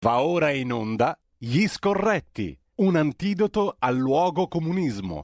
Va ora in onda Gli Scorretti, un antidoto al luogo comunismo.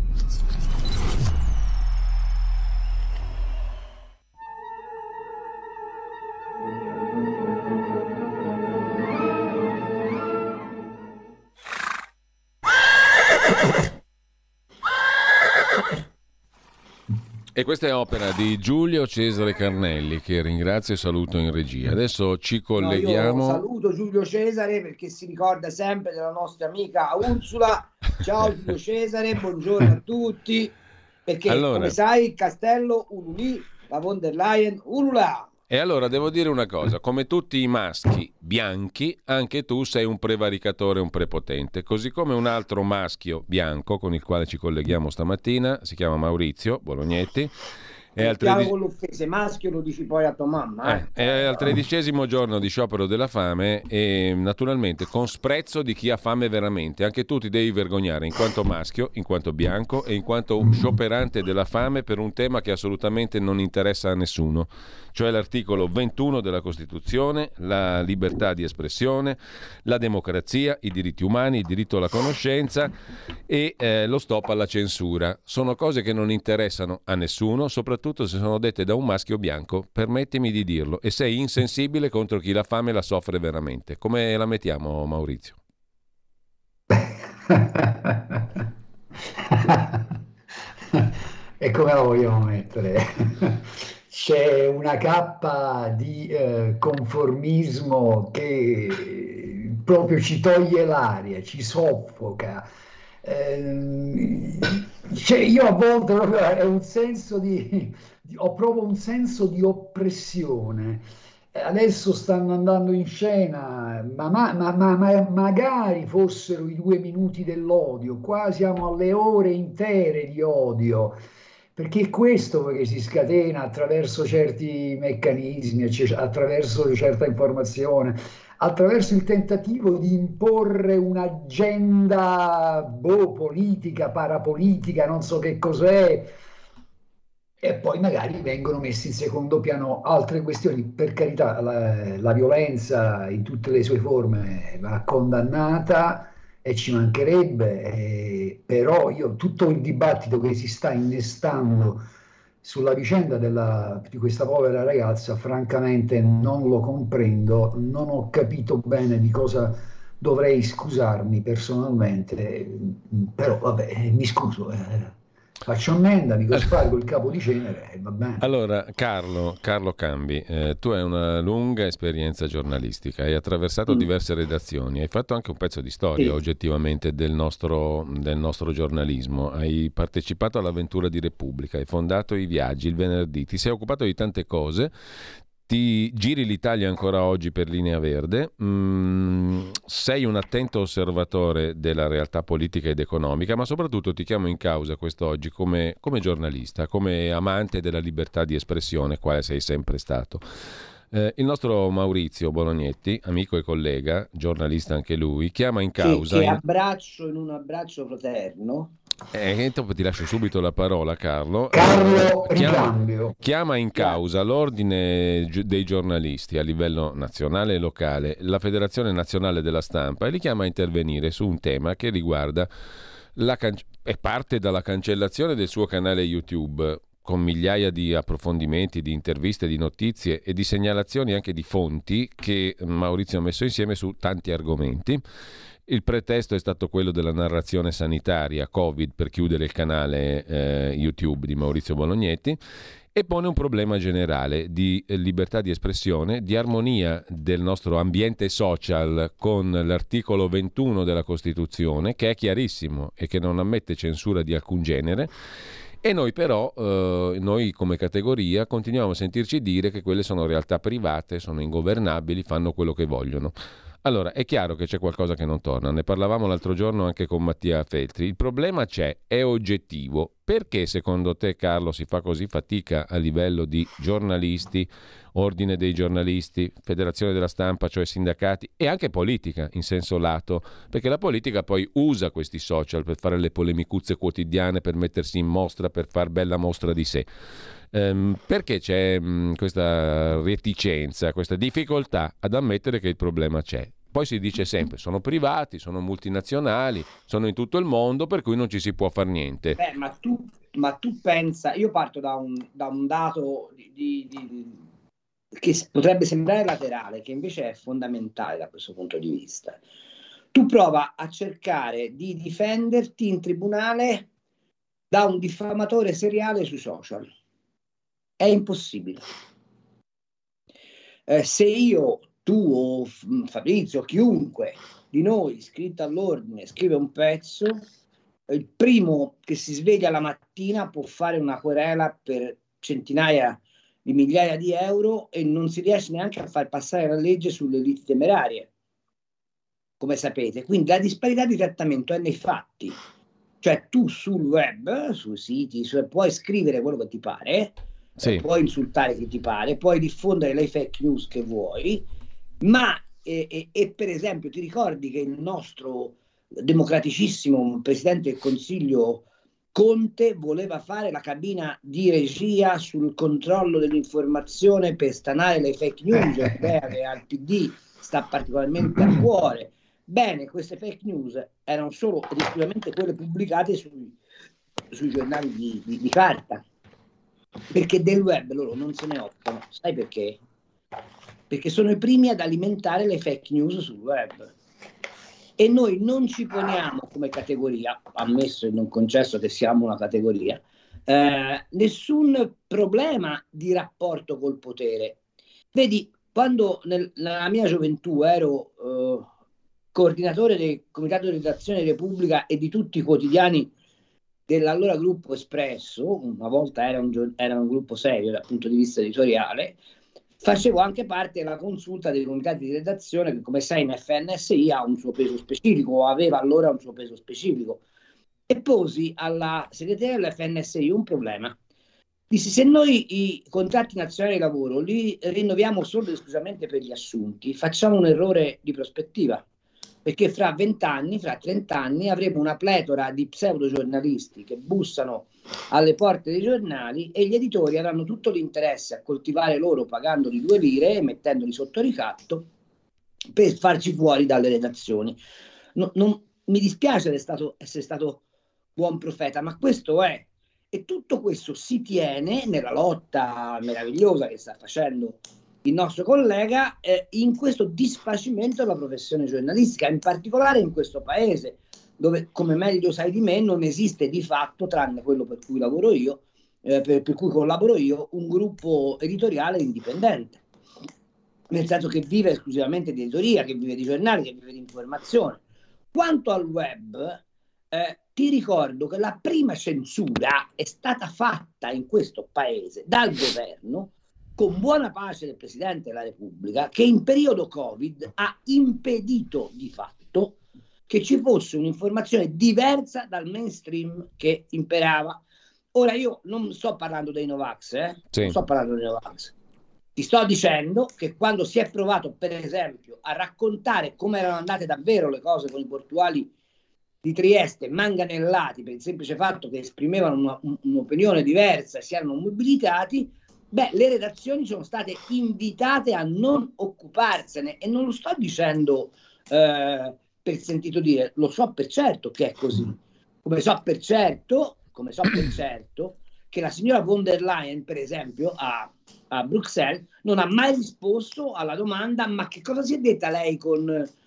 E questa è opera di Giulio Cesare Carnelli, che ringrazio e saluto in regia. Adesso ci colleghiamo. Io saluto Giulio Cesare perché si ricorda sempre della nostra amica Ursula. Ciao Giulio Cesare, buongiorno a tutti. Perché Allora, come sai il castello Ululì, la von der Leyen Ulula. E allora devo dire una cosa, come tutti i maschi bianchi, anche tu sei un prevaricatore, un prepotente, così come un altro maschio bianco con il quale ci colleghiamo stamattina, si chiama Maurizio Bolognetti. È al con l'offese maschio lo dici poi a tua mamma. È al 13° giorno di sciopero della fame e naturalmente con sprezzo di chi ha fame veramente. Anche tu ti devi vergognare in quanto maschio, in quanto bianco e in quanto scioperante della fame per un tema che assolutamente non interessa a nessuno, cioè l'articolo 21 della Costituzione, la libertà di espressione, la democrazia, i diritti umani, il diritto alla conoscenza e lo stop alla censura. Sono cose che non interessano a nessuno, soprattutto se sono dette da un maschio bianco, permettimi di dirlo, e sei insensibile contro chi la fame la soffre veramente. Come la mettiamo, Maurizio? E come la vogliamo mettere? C'è una cappa di conformismo che proprio ci toglie l'aria, ci soffoca. Io a volte proprio è un senso ho proprio un senso di oppressione. Adesso stanno andando in scena, ma magari fossero i 2 minuti dell'odio, qua siamo alle ore intere di odio, perché è questo che si scatena attraverso certi meccanismi, attraverso certa informazione, attraverso il tentativo di imporre un'agenda politica, parapolitica, non so che cos'è, e poi magari vengono messi in secondo piano altre questioni. Per carità, la violenza in tutte le sue forme va condannata e ci mancherebbe, però tutto il dibattito che si sta innestando sulla vicenda di questa povera ragazza, francamente non lo comprendo, non ho capito bene di cosa dovrei scusarmi personalmente, però vabbè, mi scuso, faccio ammenda, mi cospargo il capo di cenere e va bene. Allora, Carlo Cambi, tu hai una lunga esperienza giornalistica, hai attraversato diverse redazioni, hai fatto anche un pezzo di storia oggettivamente del nostro giornalismo, hai partecipato all'avventura di Repubblica, hai fondato I Viaggi, il Venerdì, ti sei occupato di tante cose. Ti giri l'Italia ancora oggi per Linea Verde, sei un attento osservatore della realtà politica ed economica, ma soprattutto ti chiamo in causa quest'oggi come giornalista, come amante della libertà di espressione, quale sei sempre stato. Il nostro Maurizio Bolognetti, amico e collega, giornalista anche lui, chiama in causa... Che abbraccio in un abbraccio fraterno. Dopo ti lascio subito la parola, Carlo. Chiama in causa l'ordine dei giornalisti a livello nazionale e locale, la Federazione Nazionale della Stampa, e li chiama a intervenire su un tema che riguarda e parte dalla cancellazione del suo canale YouTube, con migliaia di approfondimenti, di interviste, di notizie e di segnalazioni anche di fonti che Maurizio ha messo insieme su tanti argomenti. Il pretesto è stato quello della narrazione sanitaria Covid per chiudere il canale YouTube di Maurizio Bolognetti, e pone un problema generale di libertà di espressione, di armonia del nostro ambiente social con l'articolo 21 della Costituzione, che è chiarissimo e che non ammette censura di alcun genere. E noi però, noi come categoria, continuiamo a sentirci dire che quelle sono realtà private, sono ingovernabili, fanno quello che vogliono. Allora, è chiaro che c'è qualcosa che non torna, ne parlavamo l'altro giorno anche con Mattia Feltri. Il problema c'è, è oggettivo. Perché secondo te, Carlo, si fa così fatica a livello di giornalisti, ordine dei giornalisti, federazione della stampa, cioè sindacati, e anche politica in senso lato? Perché la politica poi usa questi social per fare le polemicuzze quotidiane, per mettersi in mostra, per far bella mostra di sé. Perché c'è questa reticenza, questa difficoltà ad ammettere che il problema c'è? Poi si dice sempre, sono privati, sono multinazionali, sono in tutto il mondo, per cui non ci si può fare niente. Ma tu pensa, io parto da un dato che potrebbe sembrare laterale, che invece è fondamentale da questo punto di vista. Tu prova a cercare di difenderti in tribunale da un diffamatore seriale sui social. È impossibile. Se io, tu o Fabrizio, chiunque di noi iscritto all'ordine scrive un pezzo, il primo che si sveglia la mattina può fare una querela per centinaia di migliaia di euro e non si riesce neanche a far passare la legge sulle liti temerarie, come sapete. Quindi la disparità di trattamento è nei fatti. Cioè tu sul web, sui siti, puoi scrivere quello che ti pare, sì, puoi insultare chi ti pare, puoi diffondere le fake news che vuoi, ma per esempio ti ricordi che il nostro democraticissimo Presidente del Consiglio Conte voleva fare la cabina di regia sul controllo dell'informazione per stanare le fake news, che al PD sta particolarmente a cuore. Bene, queste fake news erano solo ed esclusivamente quelle pubblicate sui giornali di carta, perché del web loro non se ne occupano. Sai perché? Perché sono i primi ad alimentare le fake news sul web. E noi non ci poniamo come categoria, ammesso e non concesso che siamo una categoria, nessun problema di rapporto col potere. Vedi, quando nella mia gioventù ero coordinatore del Comitato di Redazione di Repubblica e di tutti i quotidiani dell'allora gruppo Espresso, una volta era un gruppo serio dal punto di vista editoriale, facevo anche parte della consulta dei comitati di redazione che, come sai, in FNSI ha un suo peso specifico, o aveva allora un suo peso specifico, e posi alla segreteria della FNSI un problema. Dissi: se noi i contratti nazionali di lavoro li rinnoviamo solo ed esclusivamente per gli assunti, facciamo un errore di prospettiva, perché fra 20 anni, fra 30 anni avremo una pletora di pseudogiornalisti che bussano alle porte dei giornali e gli editori avranno tutto l'interesse a coltivare loro pagandoli 2 lire e mettendoli sotto ricatto per farci fuori dalle redazioni. Mi dispiace essere stato buon profeta, ma questo è. E tutto questo si tiene nella lotta meravigliosa che sta facendo il nostro collega in questo disfacimento della professione giornalistica, in particolare in questo paese, dove, come meglio sai di me, non esiste di fatto, tranne quello per cui lavoro io, per cui collaboro io, un gruppo editoriale indipendente, nel senso che vive esclusivamente di editoria, che vive di giornali, che vive di informazione. Quanto al web, ti ricordo che la prima censura è stata fatta in questo paese dal governo, con buona pace del Presidente della Repubblica, che in periodo Covid ha impedito di fatto che ci fosse un'informazione diversa dal mainstream che imperava. Ora io non sto parlando dei Novax, Sì. Non sto parlando dei Novax. Ti sto dicendo che quando si è provato, per esempio, a raccontare come erano andate davvero le cose con i portuali di Trieste manganellati per il semplice fatto che esprimevano un'opinione diversa e si erano mobilitati, le redazioni sono state invitate a non occuparsene, e non lo sto dicendo per sentito dire, lo so per certo che è così, come so per certo che la signora von der Leyen, per esempio, a Bruxelles non ha mai risposto alla domanda: ma che cosa si è detta lei con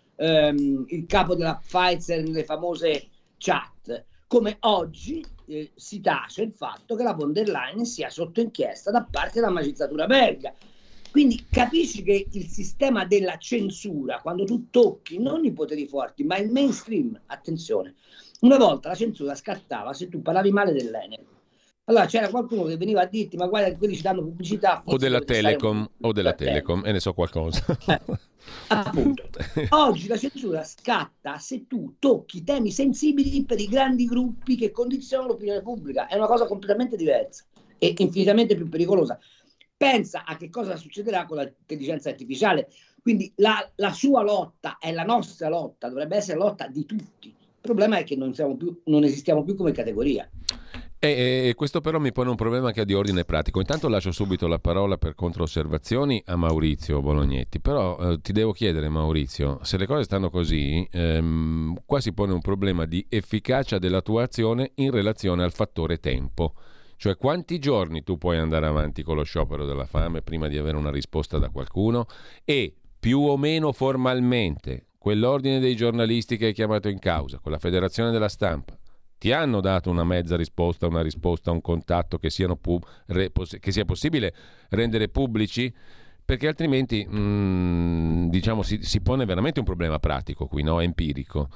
il capo della Pfizer nelle famose chat? Come oggi si tace il fatto che la von der Leyen sia sotto inchiesta da parte della magistratura belga. Quindi capisci che il sistema della censura, quando tu tocchi non i poteri forti ma il mainstream, attenzione, una volta la censura scattava se tu parlavi male dell'Enel. Allora c'era qualcuno che veniva a dirti: ma guarda, quelli ci danno pubblicità. O della Telecom, e ne so qualcosa. Appunto. Oggi la censura scatta se tu tocchi temi sensibili per i grandi gruppi che condizionano l'opinione pubblica. È una cosa completamente diversa e infinitamente più pericolosa. Pensa a che cosa succederà con l'intelligenza artificiale. Quindi la sua lotta è la nostra lotta, dovrebbe essere la lotta di tutti. Il problema è che non esistiamo più come categoria. E questo però mi pone un problema che è di ordine pratico. Intanto lascio subito la parola per controosservazioni a Maurizio Bolognetti, però ti devo chiedere, Maurizio, se le cose stanno così, qua si pone un problema di efficacia della tua azione in relazione al fattore tempo. Cioè, quanti giorni tu puoi andare avanti con lo sciopero della fame prima di avere una risposta da qualcuno, e più o meno formalmente quell'ordine dei giornalisti che hai chiamato in causa, con la Federazione della Stampa, ti hanno dato una mezza risposta, una risposta, un contatto che sia possibile rendere pubblici? Perché altrimenti diciamo si pone veramente un problema pratico qui, no? Empirico.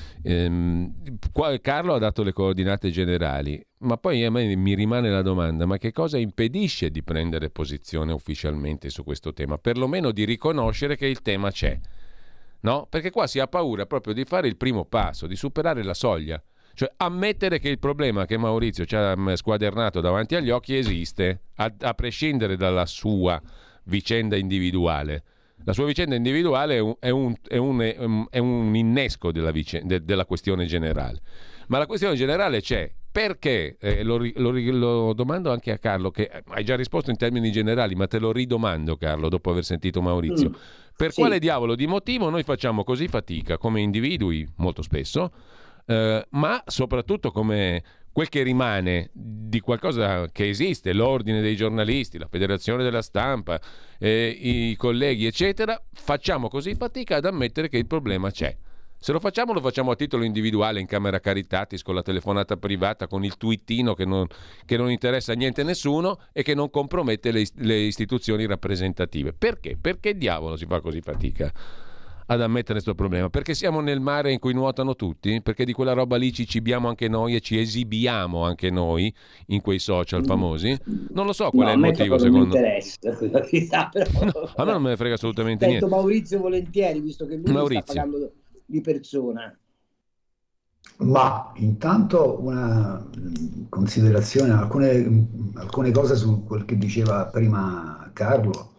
Qua Carlo ha dato le coordinate generali, ma poi a me mi rimane la domanda: ma che cosa impedisce di prendere posizione ufficialmente su questo tema? Perlomeno di riconoscere che il tema c'è, no? Perché qua si ha paura proprio di fare il primo passo, di superare la soglia. Cioè ammettere che il problema che Maurizio ci ha squadernato davanti agli occhi esiste, a prescindere dalla sua vicenda individuale. La sua vicenda individuale è un innesco della questione generale. Ma la questione generale c'è. Perché? Lo domando anche a Carlo, che hai già risposto in termini generali, ma te lo ridomando, Carlo, dopo aver sentito Maurizio. Per quale diavolo di motivo noi facciamo così fatica come individui, molto spesso, ma soprattutto come quel che rimane di qualcosa che esiste, l'ordine dei giornalisti, la Federazione della Stampa, i colleghi eccetera, facciamo così fatica ad ammettere che il problema c'è. Se lo facciamo a titolo individuale, in camera caritatis, con la telefonata privata, con il twittino che non interessa niente a nessuno e che non compromette le istituzioni rappresentative. Perché? Perché diavolo si fa così fatica ad ammettere questo problema? Perché siamo nel mare in cui nuotano tutti? Perché di quella roba lì ci cibiamo anche noi e ci esibiamo anche noi in quei social famosi? Non lo so qual è il motivo, secondo me. Non mi interessa, però... No, a me non me ne frega assolutamente niente. Maurizio volentieri, visto che lui sta pagando di persona. Ma intanto una considerazione, alcune cose su quel che diceva prima Carlo.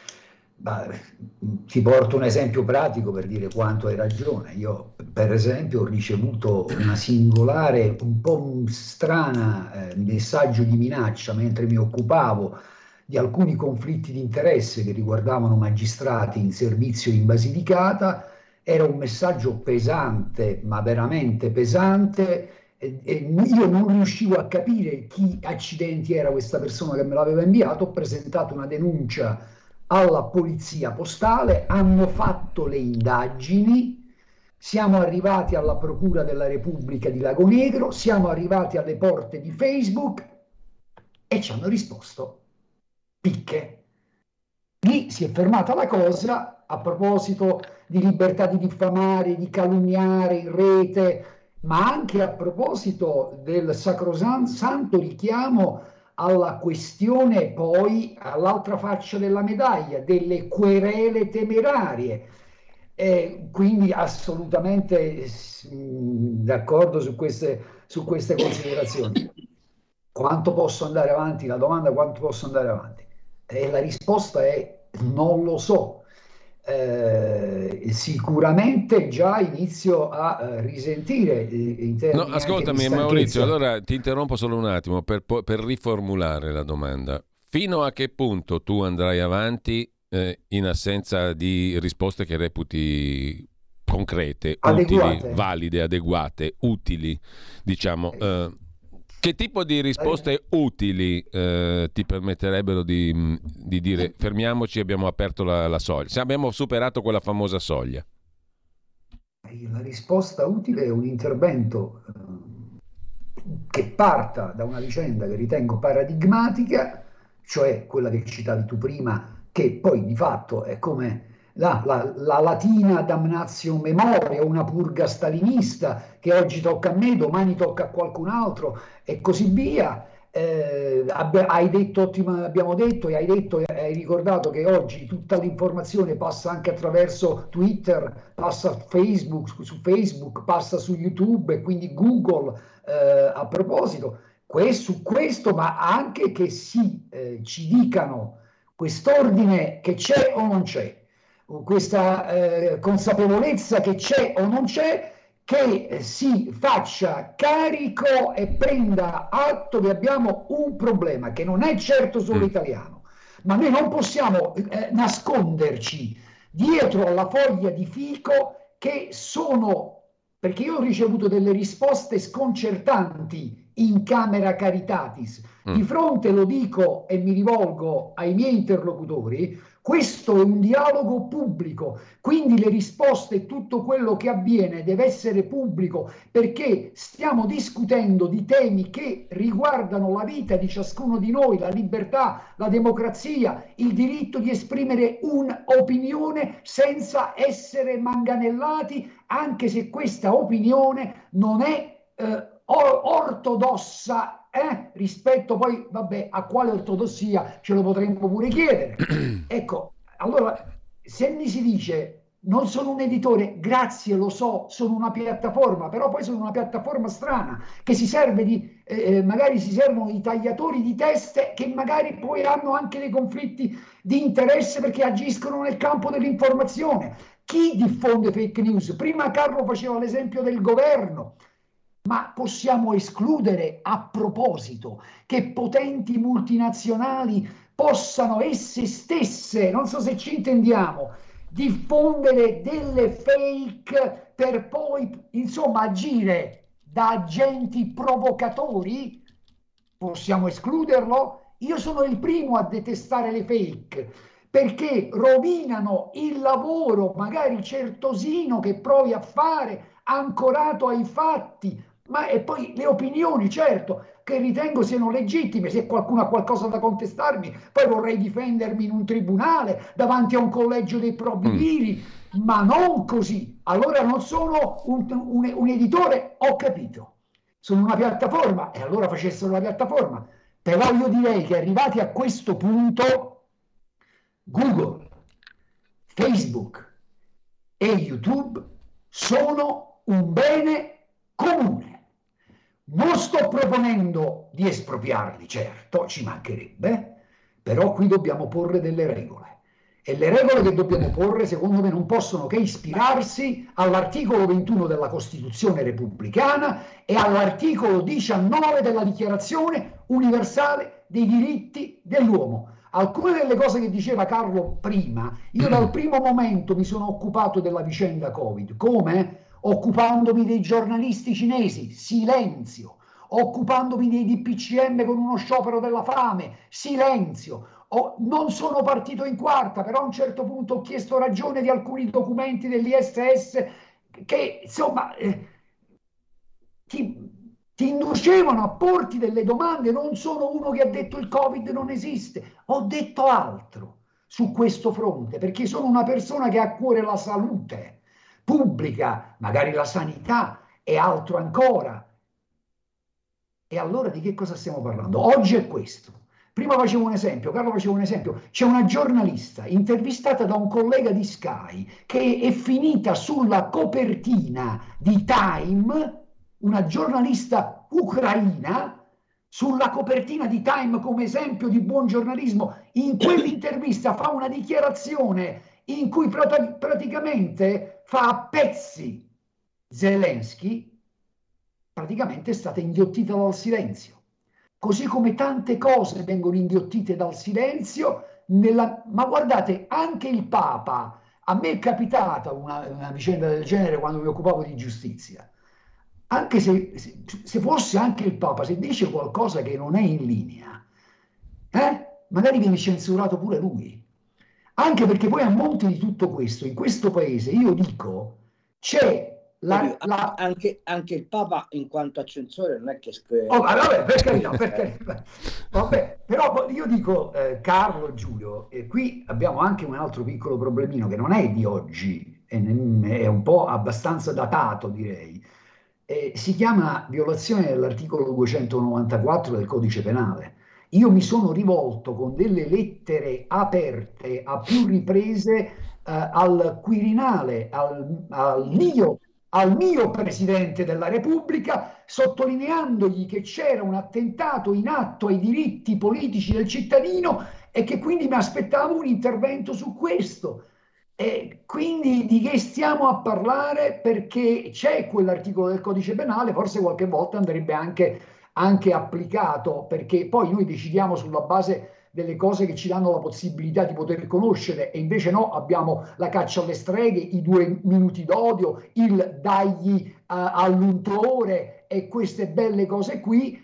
Ti porto un esempio pratico per dire quanto hai ragione. Io, per esempio, ho ricevuto una singolare, un po' strana messaggio di minaccia mentre mi occupavo di alcuni conflitti di interesse che riguardavano magistrati in servizio in Basilicata. Era un messaggio pesante, ma veramente pesante, e io non riuscivo a capire chi accidenti era questa persona che me l'aveva inviato. Ho presentato una denuncia alla polizia postale, hanno fatto le indagini, siamo arrivati alla Procura della Repubblica di Lago Negro, siamo arrivati alle porte di Facebook e ci hanno risposto picche. Lì si è fermata la cosa a proposito di libertà di diffamare, di calunniare in rete, ma anche a proposito del sacrosanto richiamo alla questione, poi all'altra faccia della medaglia, delle querele temerarie. Quindi assolutamente d'accordo su queste considerazioni. Quanto posso andare avanti? La domanda: quanto posso andare avanti? E la risposta è non lo so. Sicuramente già inizio a risentire in termini. No, ascoltami Maurizio, allora ti interrompo solo un attimo per riformulare la domanda. Fino a che punto tu andrai avanti in assenza di risposte che reputi concrete, adeguate, utili, valide, adeguate, utili, diciamo? Che tipo di risposte utili ti permetterebbero di dire fermiamoci, abbiamo aperto la soglia, se abbiamo superato quella famosa soglia? La risposta utile è un intervento che parta da una vicenda che ritengo paradigmatica, cioè quella che citavi tu prima, che poi di fatto è come la latina damnatio memoria, una purga stalinista che oggi tocca a me, domani tocca a qualcun altro e così via. Abbiamo detto e hai ricordato che oggi tutta l'informazione passa anche attraverso Twitter, passa su Facebook, passa su YouTube e quindi Google. A proposito, su questo, ma anche che ci dicano quest'ordine che c'è o non c'è, questa consapevolezza che c'è o non c'è, che si faccia carico e prenda atto che abbiamo un problema che non è certo solo italiano, ma noi non possiamo nasconderci dietro alla foglia di fico che sono, perché io ho ricevuto delle risposte sconcertanti in Camera Caritatis. Di fronte, lo dico e mi rivolgo ai miei interlocutori, questo è un dialogo pubblico, quindi le risposte e tutto quello che avviene deve essere pubblico, perché stiamo discutendo di temi che riguardano la vita di ciascuno di noi, la libertà, la democrazia, il diritto di esprimere un'opinione senza essere manganellati, anche se questa opinione non è ortodossa. Rispetto poi, vabbè, a quale ortodossia ce lo potremmo pure chiedere. Ecco, allora, se mi si dice non sono un editore, grazie, lo so, sono una piattaforma, però poi sono una piattaforma strana, che si serve di, magari si servono i tagliatori di teste che magari poi hanno anche dei conflitti di interesse perché agiscono nel campo dell'informazione. Chi diffonde fake news? Prima Carlo faceva l'esempio del governo. Ma possiamo escludere, a proposito, che potenti multinazionali possano esse stesse, non so se ci intendiamo, diffondere delle fake per poi, insomma, agire da agenti provocatori? Possiamo escluderlo? Io sono il primo a detestare le fake, perché rovinano il lavoro, magari certosino, che provi a fare, ancorato ai fatti. E poi le opinioni, certo, che ritengo siano legittime. Se qualcuno ha qualcosa da contestarmi, poi vorrei difendermi in un tribunale, davanti a un collegio dei probabili, ma non così. Allora non sono un editore, ho capito. Sono una piattaforma, e allora facessero la piattaforma. Però io direi che arrivati a questo punto, Google, Facebook e YouTube sono un bene comune. Non sto proponendo di espropriarli, certo, ci mancherebbe, però qui dobbiamo porre delle regole. E le regole che dobbiamo porre, secondo me, non possono che ispirarsi all'articolo 21 della Costituzione repubblicana e all'articolo 19 della Dichiarazione universale dei diritti dell'uomo. Alcune delle cose che diceva Carlo prima, io dal primo momento mi sono occupato della vicenda Covid. Come? Occupandomi dei giornalisti cinesi, silenzio. Occupandomi dei DPCM con uno sciopero della fame, silenzio. Non sono partito in quarta, però a un certo punto ho chiesto ragione di alcuni documenti dell'ISS che, insomma, ti inducevano a porti delle domande. Non sono uno che ha detto il Covid non esiste, ho detto altro su questo fronte, perché sono una persona che ha a cuore la salute pubblica, magari la sanità e altro ancora. E allora di che cosa stiamo parlando? Oggi è questo. Prima facevo un esempio, Carlo faceva un esempio, c'è una giornalista intervistata da un collega di Sky che è finita sulla copertina di Time, una giornalista ucraina, sulla copertina di Time come esempio di buon giornalismo. In quell'intervista fa una dichiarazione in cui praticamente fa a pezzi Zelensky, praticamente è stata inghiottita dal silenzio. Così come tante cose vengono inghiottite dal silenzio, ma guardate, anche il Papa, a me è capitata una vicenda del genere quando mi occupavo di giustizia. Anche se fosse anche il Papa, se dice qualcosa che non è in linea, magari viene censurato pure lui. Anche perché poi a monte di tutto questo, in questo paese, io dico, c'è anche il Papa in quanto a censore non è che... vabbè, per carità. Vabbè, però io dico, Carlo e Giulio, qui abbiamo anche un altro piccolo problemino che non è di oggi, è un po' abbastanza datato, direi. Si chiama violazione dell'articolo 294 del Codice Penale. Io mi sono rivolto con delle lettere aperte a più riprese al Quirinale, al mio Presidente della Repubblica, sottolineandogli che c'era un attentato in atto ai diritti politici del cittadino e che quindi mi aspettavo un intervento su questo. E quindi di che stiamo a parlare? Perché c'è quell'articolo del codice penale, forse qualche volta andrebbe anche applicato, perché poi noi decidiamo sulla base delle cose che ci danno la possibilità di poter conoscere, e invece no, abbiamo la caccia alle streghe, i 2 minuti d'odio, il dagli all'untore e queste belle cose qui.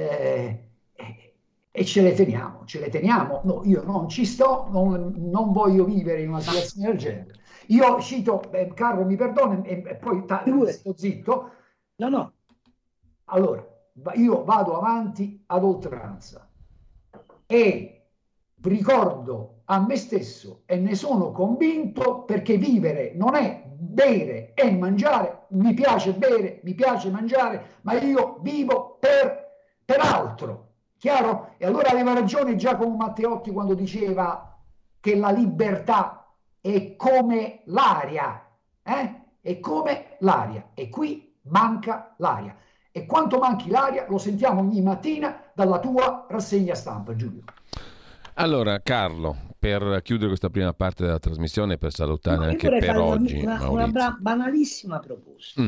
E ce le teniamo. No, io non ci sto, non voglio vivere in una situazione del genere. Io cito, Carlo mi perdoni, e poi sto zitto. No, no. Allora, io vado avanti ad oltranza e ricordo a me stesso, e ne sono convinto, perché vivere non è bere e mangiare. Mi piace bere, mi piace mangiare, ma io vivo per altro. Chiaro? E allora aveva ragione Giacomo Matteotti quando diceva che la libertà è come l'aria, è come l'aria, e qui manca l'aria. E quanto manchi l'aria lo sentiamo ogni mattina dalla tua rassegna stampa, Giulio. Allora, Carlo, per chiudere questa prima parte della trasmissione, per salutare anche per oggi una banalissima proposta.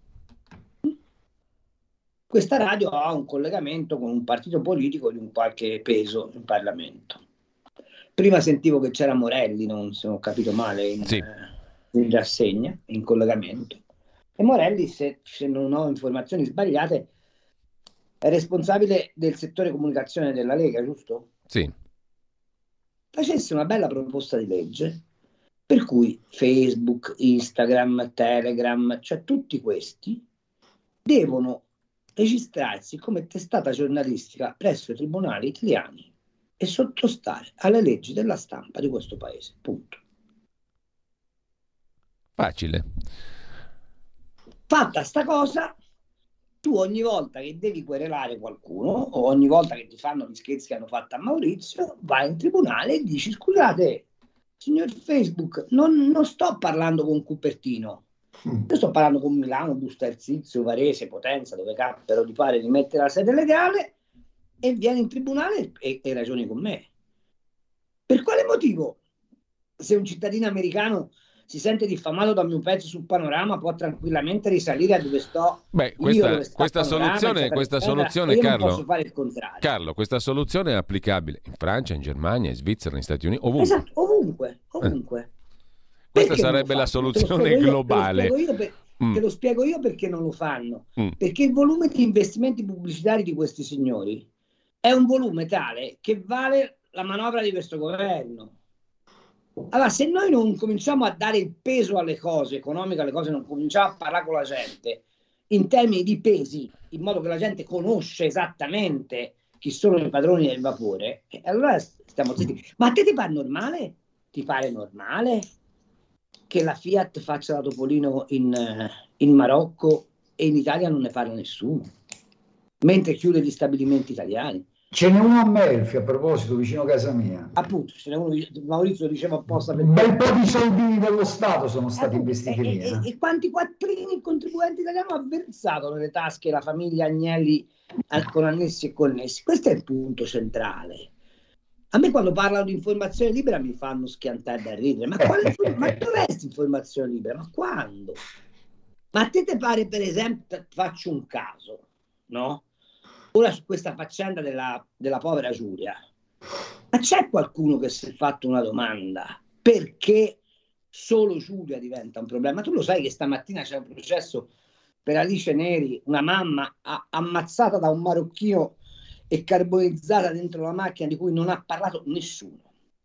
Questa radio ha un collegamento con un partito politico di un qualche peso in Parlamento. Prima sentivo che c'era Morelli, non se ho capito male, in rassegna, in collegamento. E Morelli, se non ho informazioni sbagliate, è responsabile del settore comunicazione della Lega, giusto? Sì. Facesse una bella proposta di legge per cui Facebook, Instagram, Telegram, cioè tutti questi devono registrarsi come testata giornalistica presso i tribunali italiani e sottostare alle leggi della stampa di questo paese. Punto. Facile. Fatta sta cosa, tu ogni volta che devi querelare qualcuno o ogni volta che ti fanno gli scherzi che hanno fatto a Maurizio, vai in tribunale e dici: scusate, signor Facebook, non sto parlando con Cupertino. Io sto parlando con Milano, Busto Arsizio, Varese, Potenza, dove cappero di fare di mettere la sede legale, e vieni in tribunale e ragioni con me. Per quale motivo, se un cittadino americano si sente diffamato da mio pezzo sul Panorama, può tranquillamente risalire a dove sto? Questa soluzione, Carlo, non posso fare il contrario. Carlo, questa soluzione è applicabile in Francia, in Germania, in Svizzera, negli Stati Uniti, ovunque. Esatto, ovunque. Questa sarebbe la soluzione globale. Te lo spiego io perché non lo fanno. Perché il volume di investimenti pubblicitari di questi signori è un volume tale che vale la manovra di questo governo. Allora, se noi non cominciamo a dare il peso alle cose economiche, alle cose, non cominciamo a parlare con la gente in termini di pesi, in modo che la gente conosce esattamente chi sono i padroni del vapore, allora stiamo zitti. Ma a te ti pare normale? Ti pare normale che la Fiat faccia la Topolino in Marocco e in Italia non ne parla nessuno, mentre chiude gli stabilimenti italiani? Ce n'è uno a Melfi, a proposito, vicino a casa mia. Appunto, ce n'è uno, Maurizio diceva apposta. Un bel po' di soldini dello Stato sono stati investiti lì. E quanti quattrini il contribuente italiano ha versato nelle tasche la famiglia Agnelli con annessi e connessi? Questo è il punto centrale. A me quando parlano di informazione libera mi fanno schiantare da ridere. Ma dov'è questa informazione libera? Ma quando? Ma a te pare, per esempio, faccio un caso, no? Ora su questa faccenda della povera Giulia, ma c'è qualcuno che si è fatto una domanda? Perché solo Giulia diventa un problema? Tu lo sai che stamattina c'è un processo per Alice Neri, una mamma ammazzata da un marocchino e carbonizzata dentro la macchina, di cui non ha parlato nessuno.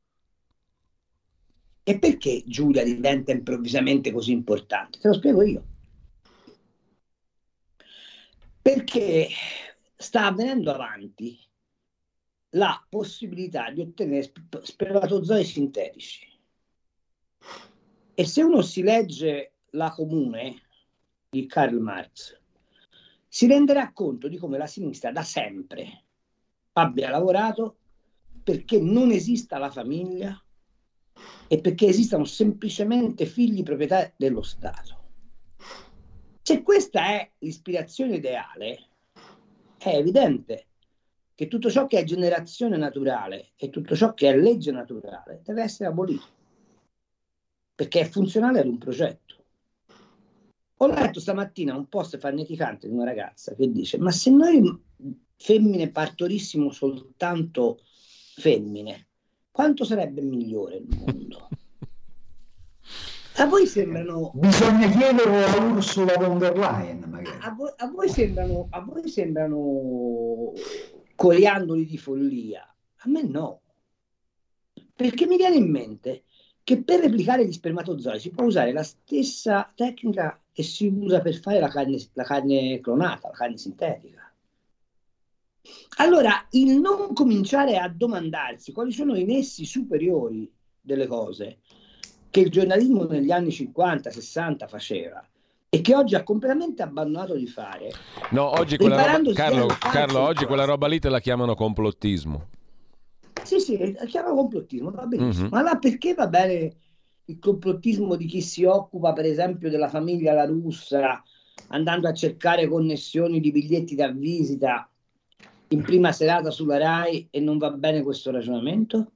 E perché Giulia diventa improvvisamente così importante? Te lo spiego io. Perché sta avvenendo avanti la possibilità di ottenere spermatozoi sintetici. E se uno si legge La Comune di Karl Marx, si renderà conto di come la sinistra da sempre abbia lavorato perché non esista la famiglia e perché esistano semplicemente figli proprietà dello Stato. Se questa è l'ispirazione ideale, è evidente che tutto ciò che è generazione naturale e tutto ciò che è legge naturale deve essere abolito. perché è funzionale ad un progetto. Ho letto stamattina un post farneticante di una ragazza che dice: ma se noi femmine partorissimo soltanto femmine, quanto sarebbe migliore il mondo? A voi sembrano... Bisogna chiederlo a Ursula von der Leyen, magari. A voi sembrano coriandoli di follia. A me no. Perché mi viene in mente che per replicare gli spermatozoi si può usare la stessa tecnica che si usa per fare la carne clonata, la carne sintetica. Allora, il non cominciare a domandarsi quali sono i nessi superiori delle cose che il giornalismo negli anni 50-60 faceva e che oggi ha completamente abbandonato di fare. No, oggi Carlo, oggi quella roba lì te la chiamano complottismo. Sì, la chiamano complottismo, va benissimo. Ma là perché va bene il complottismo di chi si occupa, per esempio, della famiglia La Russa, andando a cercare connessioni di biglietti da visita in prima serata sulla Rai, e non va bene questo ragionamento?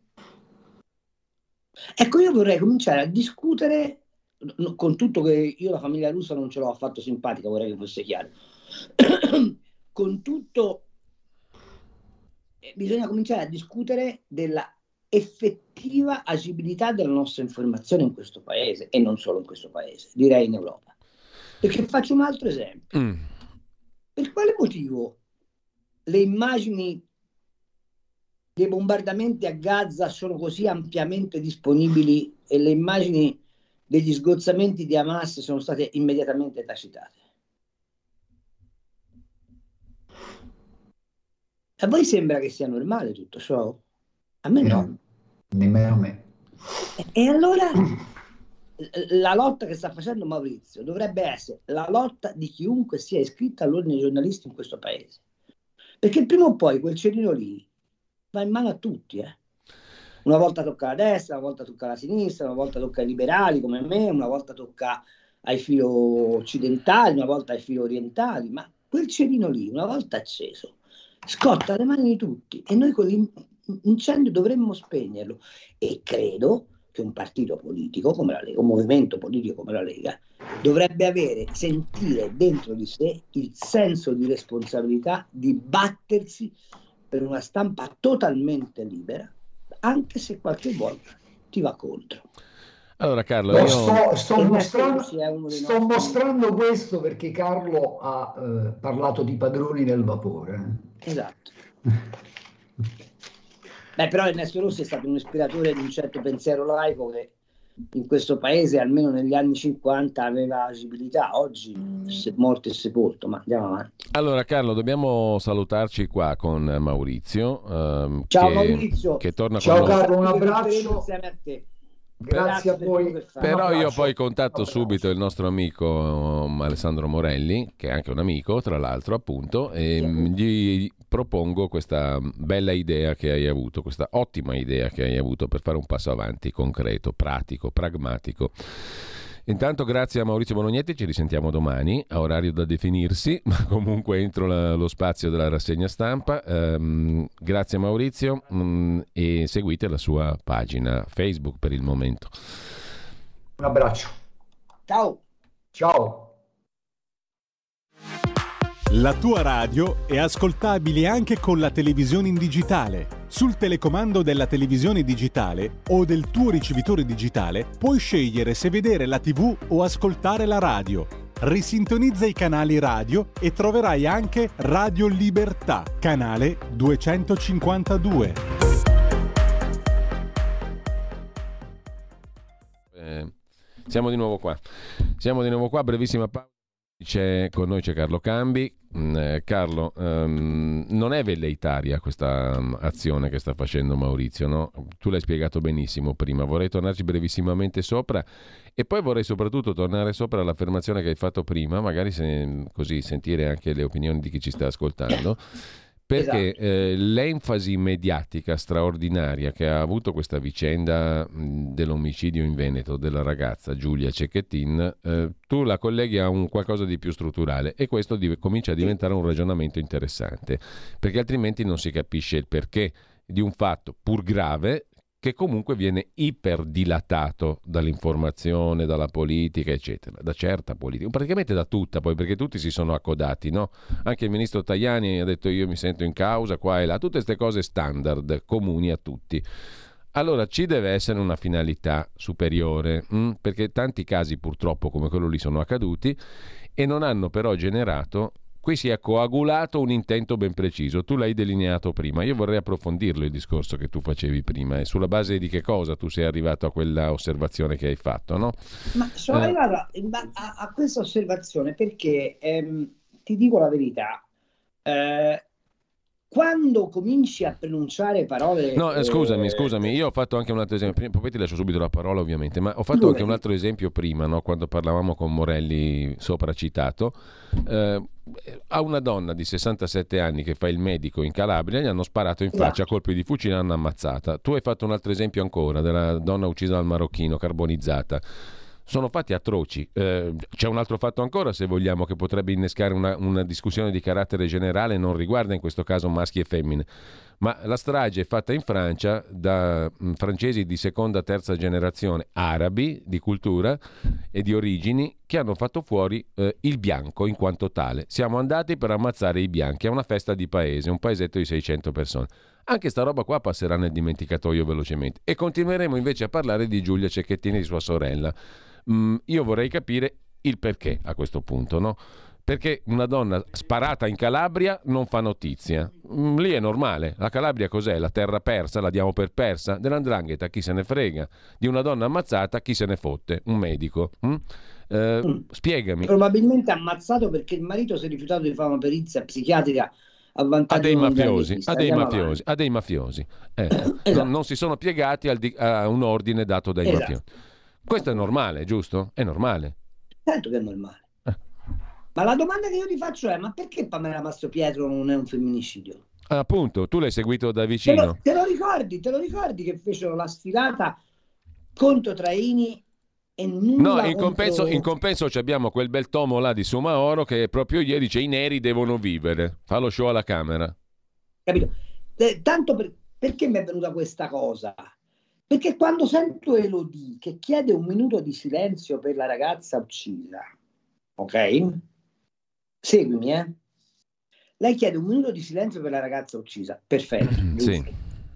Ecco, io vorrei cominciare a discutere, con tutto che io la famiglia russa non ce l'ho affatto simpatica, vorrei che fosse chiaro, con tutto, bisogna cominciare a discutere della effettiva agibilità della nostra informazione in questo paese, e non solo in questo paese, direi in Europa. Perché faccio un altro esempio. Per quale motivo le immagini dei bombardamenti a Gaza sono così ampiamente disponibili e le immagini degli sgozzamenti di Hamas sono state immediatamente tacitate? A voi sembra che sia normale tutto ciò? A me no. Nemmeno a me. E allora la lotta che sta facendo Maurizio dovrebbe essere la lotta di chiunque sia iscritto all'ordine dei giornalisti in questo paese. Perché prima o poi quel cerino lì va in mano a tutti. Una volta tocca la destra, una volta tocca la sinistra, una volta tocca ai liberali come me, una volta tocca ai filo occidentali, una volta ai filo orientali, ma quel cerino lì, una volta acceso, scotta le mani di tutti, e noi con l'incendio dovremmo spegnerlo. E credo che un partito politico come la Lega, un movimento politico come la Lega, dovrebbe sentire dentro di sé il senso di responsabilità di battersi per una stampa totalmente libera, anche se qualche volta ti va contro. Allora Carlo, sto mostrando questo perché Carlo ha parlato di padroni del vapore. Esatto. Però Ernesto Rossi è stato un ispiratore di un certo pensiero laico che in questo paese, almeno negli anni 50, aveva agibilità. Oggi morto e sepolto, ma andiamo avanti. Allora Carlo, dobbiamo salutarci qua con Maurizio. Ciao Maurizio. Che torna Ciao con noi. Carlo, un abbraccio. Insieme a te. Grazie a voi. Però io poi contatto subito il nostro amico Alessandro Morelli, che è anche un amico, tra l'altro, appunto, e gli propongo questa bella idea che hai avuto, questa ottima idea che hai avuto per fare un passo avanti concreto, pratico, pragmatico. Intanto grazie a Maurizio Bolognetti, ci risentiamo domani a orario da definirsi, ma comunque entro lo spazio della rassegna stampa. Grazie Maurizio, e seguite la sua pagina Facebook per il momento. Un abbraccio. Ciao. La tua radio è ascoltabile anche con la televisione in digitale. Sul telecomando della televisione digitale o del tuo ricevitore digitale puoi scegliere se vedere la TV o ascoltare la radio. Risintonizza i canali radio e troverai anche Radio Libertà, canale 252. Siamo di nuovo qua, brevissima pausa. Con noi c'è Carlo Cambi. Carlo, non è velleitaria questa azione che sta facendo Maurizio, no? Tu l'hai spiegato benissimo prima, vorrei tornarci brevissimamente sopra, e poi vorrei soprattutto tornare sopra l'affermazione che hai fatto prima, magari così sentire anche le opinioni di chi ci sta ascoltando. Perché l'enfasi mediatica straordinaria che ha avuto questa vicenda dell'omicidio in Veneto della ragazza Giulia Cecchettin, tu la colleghi a un qualcosa di più strutturale, e questo comincia a diventare un ragionamento interessante, perché altrimenti non si capisce il perché di un fatto pur grave che comunque viene iperdilatato dall'informazione, dalla politica, eccetera, da certa politica, praticamente da tutta poi, perché tutti si sono accodati, no? Anche il ministro Tajani ha detto io mi sento in causa, qua e là, tutte queste cose standard, comuni a tutti. Allora ci deve essere una finalità superiore, perché tanti casi purtroppo come quello lì sono accaduti e non hanno però generato. Qui si è coagulato un intento ben preciso, tu l'hai delineato prima, io vorrei approfondirlo il discorso che tu facevi prima e sulla base di che cosa tu sei arrivato a quella osservazione che hai fatto, no? Ma sono arrivato a questa osservazione perché ti dico la verità, quando cominci a pronunciare parole... No, scusami, io ho fatto anche un altro esempio, poi ti lascio subito la parola ovviamente, ma ho fatto anche un altro esempio prima, no? Quando parlavamo con Morelli sopra citato, a una donna di 67 anni che fa il medico in Calabria gli hanno sparato in faccia a colpi di fucile e l'hanno ammazzata. Tu hai fatto un altro esempio ancora della donna uccisa dal marocchino, carbonizzata. Sono fatti atroci. C'è un altro fatto ancora, se vogliamo, che potrebbe innescare una discussione di carattere generale, non riguarda in questo caso maschi e femmine, ma la strage è fatta in Francia da francesi di seconda, terza generazione, arabi di cultura e di origini, che hanno fatto fuori il bianco in quanto tale. Siamo andati per ammazzare i bianchi, è una festa di paese, un paesetto di 600 persone. Anche sta roba qua passerà nel dimenticatoio velocemente e continueremo invece a parlare di Giulia Cecchettin e di sua sorella. Io vorrei capire il perché a questo punto, no? Perché una donna sparata in Calabria non fa notizia. Lì è normale. La Calabria cos'è? La terra persa? La diamo per persa? Dell''ndrangheta chi se ne frega? Di una donna ammazzata chi se ne fotte? Un medico? Spiegami. Probabilmente ammazzato perché il marito si è rifiutato di fare una perizia psichiatrica a vantaggio a dei mafiosi. Esatto. Non si sono piegati a un ordine dato dai mafiosi. Questo è normale, giusto? È normale. Certo che è normale. Ma la domanda che io ti faccio è: ma perché Pamela Mastropietro non è un femminicidio? Appunto, tu l'hai seguito da vicino. Te lo ricordi che fecero la sfilata contro Traini e nulla? No, in compenso abbiamo quel bel tomo là di Soumahoro che proprio ieri dice i neri devono vivere. Fa lo show alla Camera. Capito? Tanto perché mi è venuta questa cosa? Perché quando sento Elodie che chiede un minuto di silenzio per la ragazza uccisa, ok? Seguimi, Lei chiede un minuto di silenzio per la ragazza uccisa, perfetto. Sì.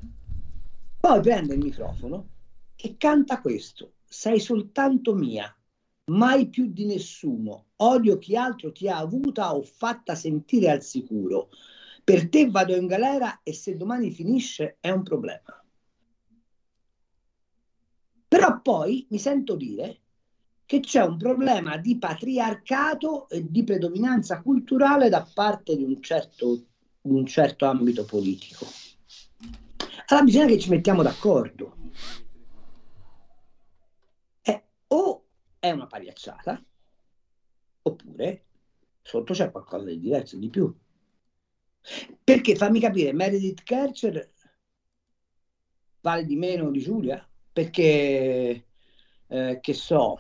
Poi prende il microfono e canta questo: sei soltanto mia, mai più di nessuno, odio chi altro ti ha avuta o fatta sentire al sicuro, per te vado in galera e se domani finisce è un problema. Però poi mi sento dire che c'è un problema di patriarcato e di predominanza culturale da parte di un certo ambito politico. Allora bisogna che ci mettiamo d'accordo. O è una pagliacciata, oppure sotto c'è qualcosa di diverso, di più. Perché fammi capire, Meredith Kercher vale di meno di Giulia? Perché, che so,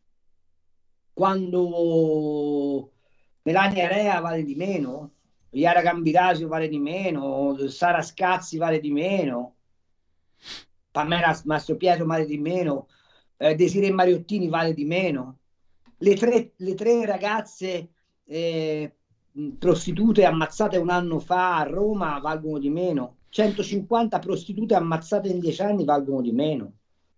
quando Melania Rea vale di meno, Iara Gambirasio vale di meno, Sara Scazzi vale di meno, Pamela Mastropietro vale di meno, Desirée Mariottini vale di meno, le tre ragazze prostitute ammazzate un anno fa a Roma valgono di meno, 150 prostitute ammazzate in 10 anni valgono di meno.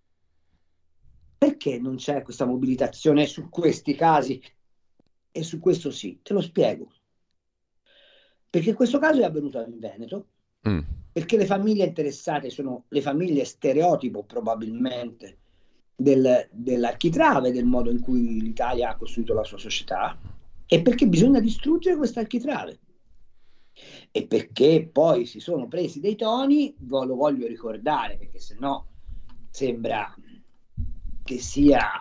Perché non c'è questa mobilitazione su questi casi? E su questo sì, te lo spiego. Perché questo caso è avvenuto in Veneto, perché le famiglie interessate sono le famiglie stereotipo probabilmente dell'architrave, del modo in cui l'Italia ha costruito la sua società, e perché bisogna distruggere questa architrave. E perché poi si sono presi dei toni, lo voglio ricordare perché sennò sembra che sia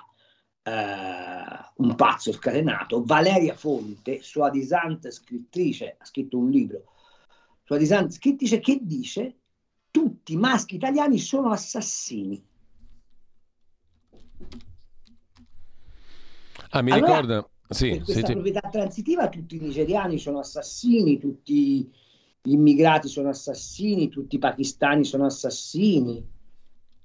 un pazzo scatenato. Valeria Fonte, soi-disant scrittrice, ha scritto un libro, soi-disant scrittrice, che dice: tutti i maschi italiani sono assassini. Mi allora, ricorda. Sì, per questa proprietà transitiva tutti i nigeriani sono assassini, tutti gli immigrati sono assassini, tutti i pakistani sono assassini.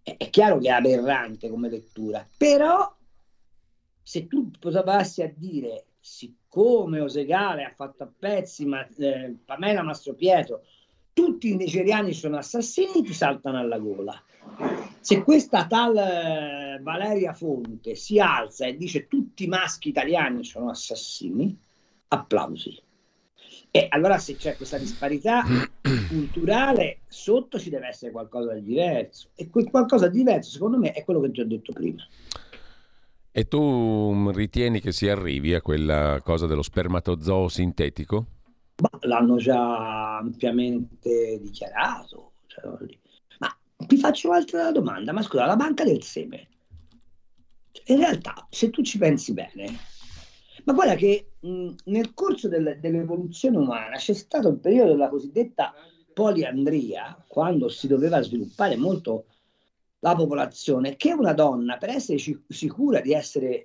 È chiaro che è aberrante come lettura, però se tu provassi a dire, siccome Osegale ha fatto a pezzi Pamela Mastropietro, tutti i nigeriani sono assassini, ti saltano alla gola. Se questa tal Valeria Fonte si alza e dice tutti i maschi italiani sono assassini, applausi. E allora se c'è questa disparità culturale, sotto ci deve essere qualcosa di diverso. E quel qualcosa di diverso, secondo me, è quello che ti ho detto prima. E tu ritieni che si arrivi a quella cosa dello spermatozoo sintetico? L'hanno già ampiamente dichiarato. Ma ti faccio un'altra domanda. Ma scusa, la banca del seme, in realtà, se tu ci pensi bene, ma guarda che nel corso dell'evoluzione umana c'è stato un periodo della cosiddetta poliandria, quando si doveva sviluppare molto la popolazione, che una donna, per essere sicura di essere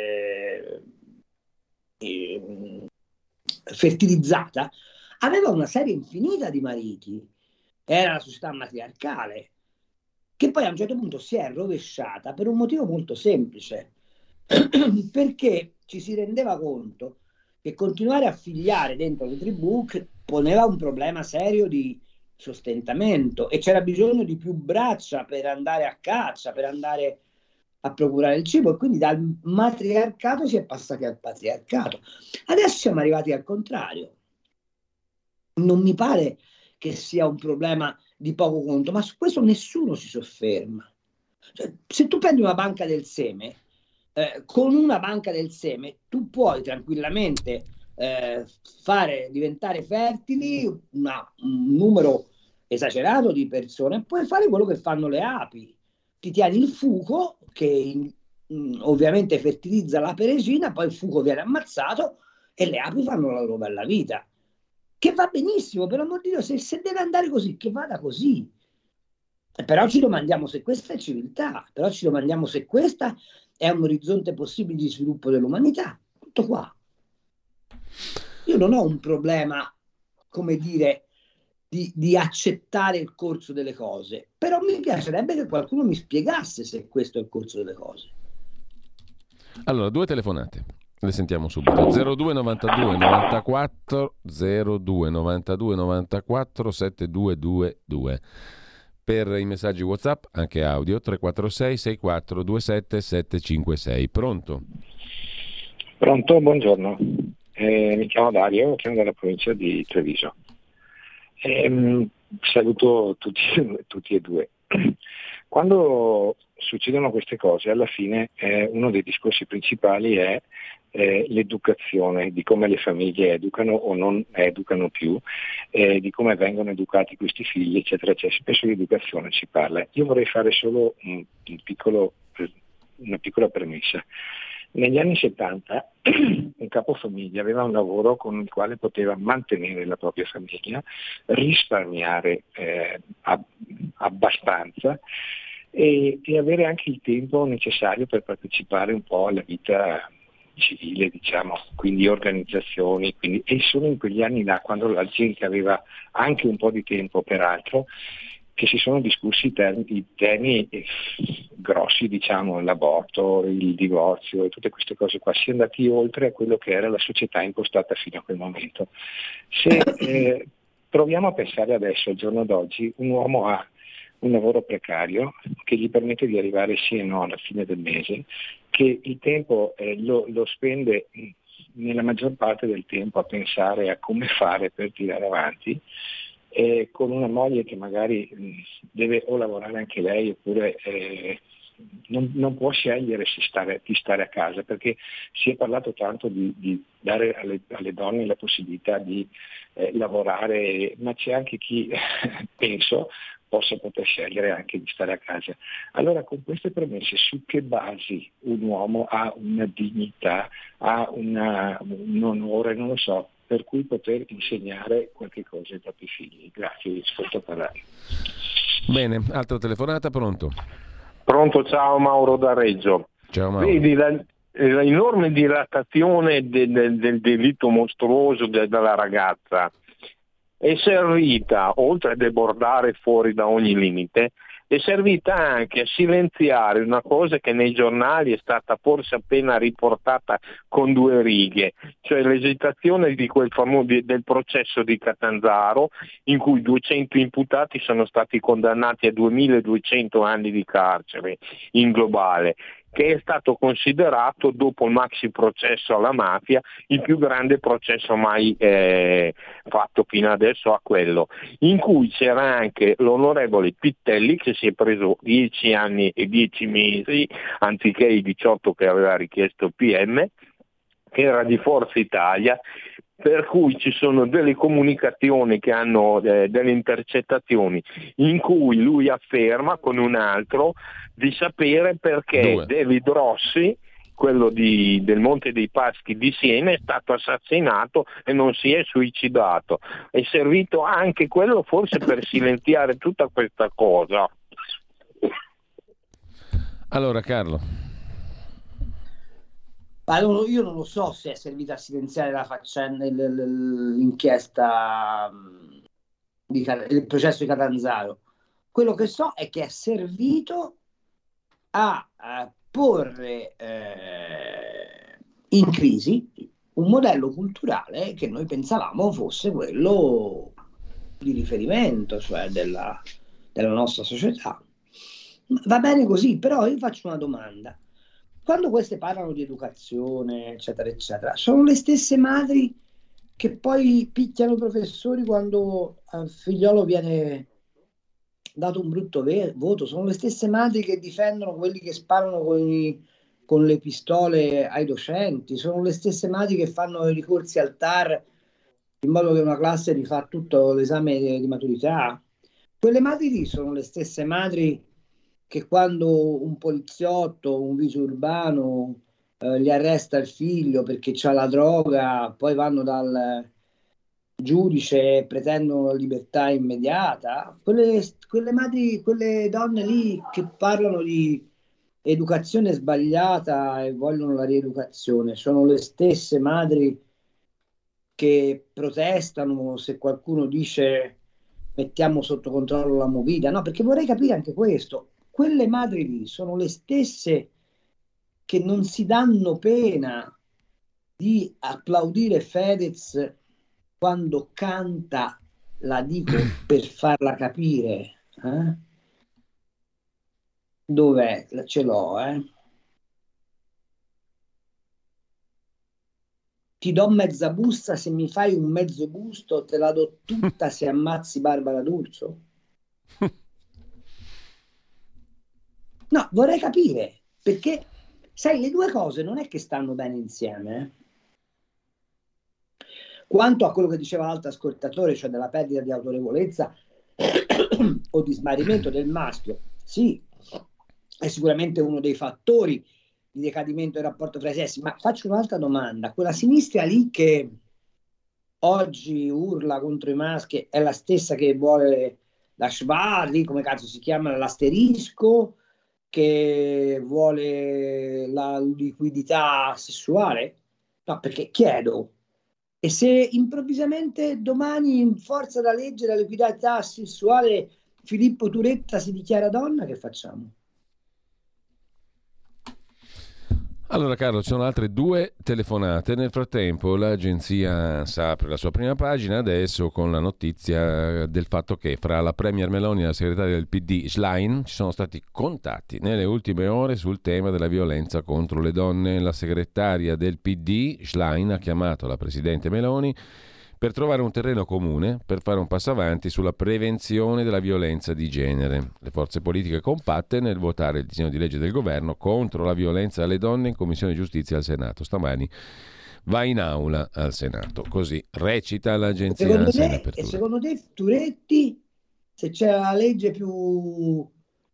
fertilizzata, aveva una serie infinita di mariti. Era la società matriarcale, che poi a un certo punto si è rovesciata per un motivo molto semplice, perché ci si rendeva conto che continuare a figliare dentro le tribù poneva un problema serio di sostentamento e c'era bisogno di più braccia per andare a caccia, per andare a procurare il cibo, e quindi dal matriarcato si è passati al patriarcato. Adesso siamo arrivati al contrario. Non mi pare che sia un problema di poco conto, ma su questo nessuno si sofferma. Cioè, se tu prendi una banca del seme, con una banca del seme tu puoi tranquillamente fare diventare fertili un numero esagerato di persone, puoi fare quello che fanno le api. Ti tieni il fuco che ovviamente fertilizza la peresina, poi il fuco viene ammazzato e le api fanno la loro bella vita. Che va benissimo, per amor di Dio, se deve andare così, che vada così. Però ci domandiamo se questa è civiltà, però ci domandiamo se questa è un orizzonte possibile di sviluppo dell'umanità. Tutto qua. Io non ho un problema, come dire, di accettare il corso delle cose, però mi piacerebbe che qualcuno mi spiegasse se questo è il corso delle cose. Allora, 2 telefonate. Le sentiamo subito. 02 92 94 02 92 94 7222. Per i messaggi WhatsApp, anche audio, 346 64 27 756. Pronto? Pronto, buongiorno. Mi chiamo Dario, chiamo dalla provincia di Treviso. Saluto tutti e due. Quando succedono queste cose, alla fine uno dei discorsi principali è l'educazione, di come le famiglie educano o non educano più, di come vengono educati questi figli, eccetera, eccetera. Spesso di educazione si parla. Io vorrei fare solo una piccola premessa. Negli anni 70 un capofamiglia aveva un lavoro con il quale poteva mantenere la propria famiglia, risparmiare abbastanza e avere anche il tempo necessario per partecipare un po' alla vita civile, diciamo, quindi organizzazioni, e solo in quegli anni là, quando la gente aveva anche un po' di tempo per altro, che si sono discussi i temi grossi, diciamo, l'aborto, il divorzio e tutte queste cose qua, si è andati oltre a quello che era la società impostata fino a quel momento. Se proviamo a pensare adesso, al giorno d'oggi, un uomo ha un lavoro precario che gli permette di arrivare sì e no alla fine del mese, che il tempo lo spende nella maggior parte del tempo a pensare a come fare per tirare avanti, con una moglie che magari deve o lavorare anche lei oppure non può scegliere di stare a casa, perché si è parlato tanto di dare alle donne la possibilità di lavorare, ma c'è anche chi penso poter scegliere anche di stare a casa. Allora, con queste premesse, su che basi un uomo ha una dignità, ha un onore, non lo so, per cui poter insegnare qualche cosa ai propri figli? Grazie, vi ascolto parlare. Bene, altra telefonata, pronto? Pronto, ciao, Mauro da Reggio. Ciao Mauro. Vedi la enorme dilatazione del delitto mostruoso della ragazza è servita, oltre a debordare fuori da ogni limite, è servita anche a silenziare una cosa che nei giornali è stata forse appena riportata con 2 righe, cioè l'esitazione di del processo di Catanzaro, in cui 200 imputati sono stati condannati a 2200 anni di carcere in globale, che è stato considerato, dopo il maxi processo alla mafia, il più grande processo mai fatto fino adesso a quello, in cui c'era anche l'onorevole Pittelli che si è preso 10 anni e 10 mesi, anziché i 18 che aveva richiesto il PM, che era di Forza Italia, per cui ci sono delle comunicazioni che hanno delle intercettazioni in cui lui afferma con un altro di sapere perché David Rossi, quello del Monte dei Paschi di Siena, è stato assassinato e non si è suicidato. È servito anche quello forse per silenziare tutta questa cosa. Allora Carlo. Io non lo so se è servita a silenziare la faccenda, l'inchiesta, il processo di Catanzaro. Quello che so è che è servito a porre in crisi un modello culturale che noi pensavamo fosse quello di riferimento, cioè della nostra società. Va bene così, però io faccio una domanda. Quando queste parlano di educazione, eccetera, eccetera, sono le stesse madri che poi picchiano i professori quando al figliolo viene dato un brutto voto, sono le stesse madri che difendono quelli che sparano con le pistole ai docenti, sono le stesse madri che fanno i ricorsi al TAR in modo che una classe rifà tutto l'esame di maturità. Quelle madri lì sono le stesse madri che quando un poliziotto, un vice urbano gli arresta il figlio perché c'ha la droga, poi vanno dal giudice e pretendono la libertà immediata. Quelle madri, quelle donne lì che parlano di educazione sbagliata e vogliono la rieducazione, sono le stesse madri che protestano se qualcuno dice mettiamo sotto controllo la movida. No, perché vorrei capire anche questo. Quelle madri lì sono le stesse che non si danno pena di applaudire Fedez quando canta, la dico per farla capire. Dov'è? Ce l'ho, Ti do mezza busta se mi fai un mezzo busto, te la do tutta se ammazzi Barbara D'Urso. No, vorrei capire, perché, sai, le due cose non è che stanno bene insieme. Quanto a quello che diceva l'altro ascoltatore, cioè della perdita di autorevolezza o di smarrimento del maschio, sì, è sicuramente uno dei fattori di decadimento del rapporto fra i sessi, ma faccio un'altra domanda. Quella sinistra lì che oggi urla contro i maschi è la stessa che vuole la Schwa, lì come cazzo si chiama, l'asterisco, che vuole la liquidità sessuale? No, perché chiedo, e se improvvisamente domani in forza della legge della liquidità sessuale Filippo Turetta si dichiara donna, che facciamo? Allora Carlo, ci sono altre 2 telefonate. Nel frattempo l'agenzia ANSA apre la sua prima pagina adesso con la notizia del fatto che fra la Premier Meloni e la segretaria del PD Schlein ci sono stati contatti nelle ultime ore sul tema della violenza contro le donne. La segretaria del PD Schlein ha chiamato la presidente Meloni per trovare un terreno comune per fare un passo avanti sulla prevenzione della violenza di genere. Le forze politiche compatte nel votare il disegno di legge del governo contro la violenza alle donne in Commissione Giustizia al Senato. Stamani va in aula al Senato. Così recita l'agenzia ANSA in apertura. E secondo te, Turetti, se c'era la legge più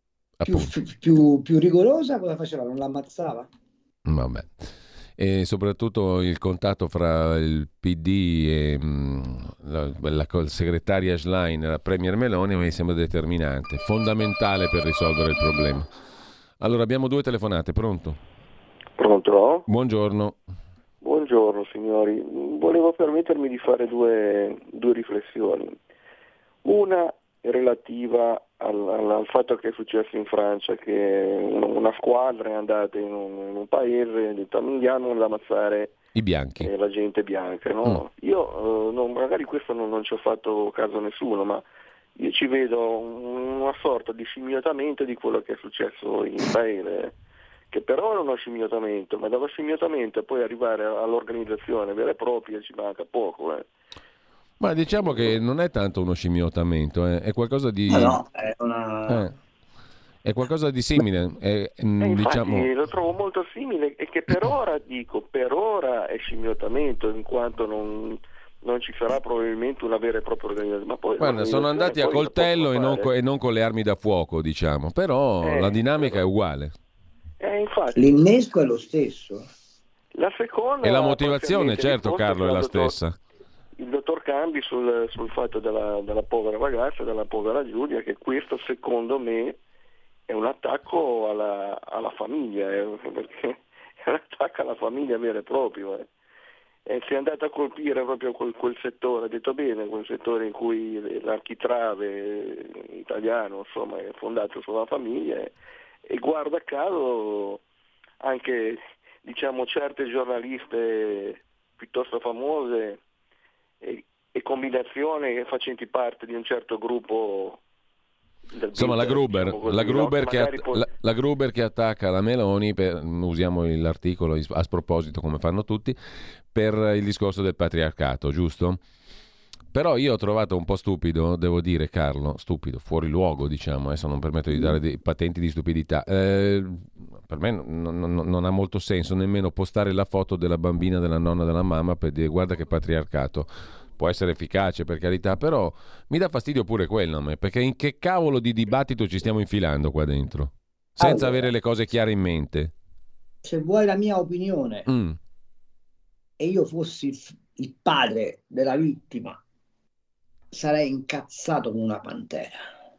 rigorosa, cosa faceva? Non l'ammazzava? Vabbè. E soprattutto il contatto fra il PD e la segretaria Schlein e la Premier Meloni mi sembra determinante, fondamentale per risolvere il problema. Allora abbiamo 2 telefonate, pronto? Pronto? Buongiorno. Buongiorno signori, volevo permettermi di fare due riflessioni. Una relativa al fatto che è successo in Francia, che una squadra è andata in un paese e ha detto andiamo ad ammazzare i bianchi, la gente bianca, no? Io magari questo non ci ho fatto caso a nessuno, ma io ci vedo una sorta di scimmiotamento di quello che è successo in Israele, che però era uno scimmiotamento, ma dallo scimmiotamento a poi arrivare all'organizzazione vera e propria ci manca poco. Ma diciamo che non è tanto uno scimmiotamento, è qualcosa di... No, è una... È qualcosa di simile. Infatti diciamo... lo trovo molto simile e che per ora è scimmiotamento, in quanto non ci sarà probabilmente una vera e propria organizzazione. Ma poi Guarda, sono andati a coltello e non con le armi da fuoco, diciamo, però la dinamica è uguale. Infatti. L'innesco è lo stesso. La seconda, e la motivazione, certo, Carlo, è la stessa. Il dottor Cambi sul fatto della povera ragazza, della povera Giulia, che questo secondo me è un attacco alla famiglia, perché è un attacco alla famiglia vero e proprio. Si è andato a colpire proprio quel settore, ha detto bene, quel settore in cui l'architrave italiano insomma è fondato sulla famiglia e guarda caso anche diciamo certe giornaliste piuttosto famose e combinazioni facenti parte di un certo gruppo insomma la Gruber, diciamo così, la Gruber che attacca la Meloni usiamo l'articolo a sproposito come fanno tutti per il discorso del patriarcato, giusto? Però io ho trovato un po' stupido, devo dire, Carlo, stupido, fuori luogo, diciamo, adesso non permetto di dare dei patenti di stupidità. Per me non ha molto senso nemmeno postare la foto della bambina, della nonna, della mamma per dire guarda che patriarcato. Può essere efficace, per carità, però mi dà fastidio pure quello a me, perché in che cavolo di dibattito ci stiamo infilando qua dentro? Senza avere le cose chiare in mente. Se vuoi la mia opinione e io fossi il padre della vittima, sarei incazzato come una pantera.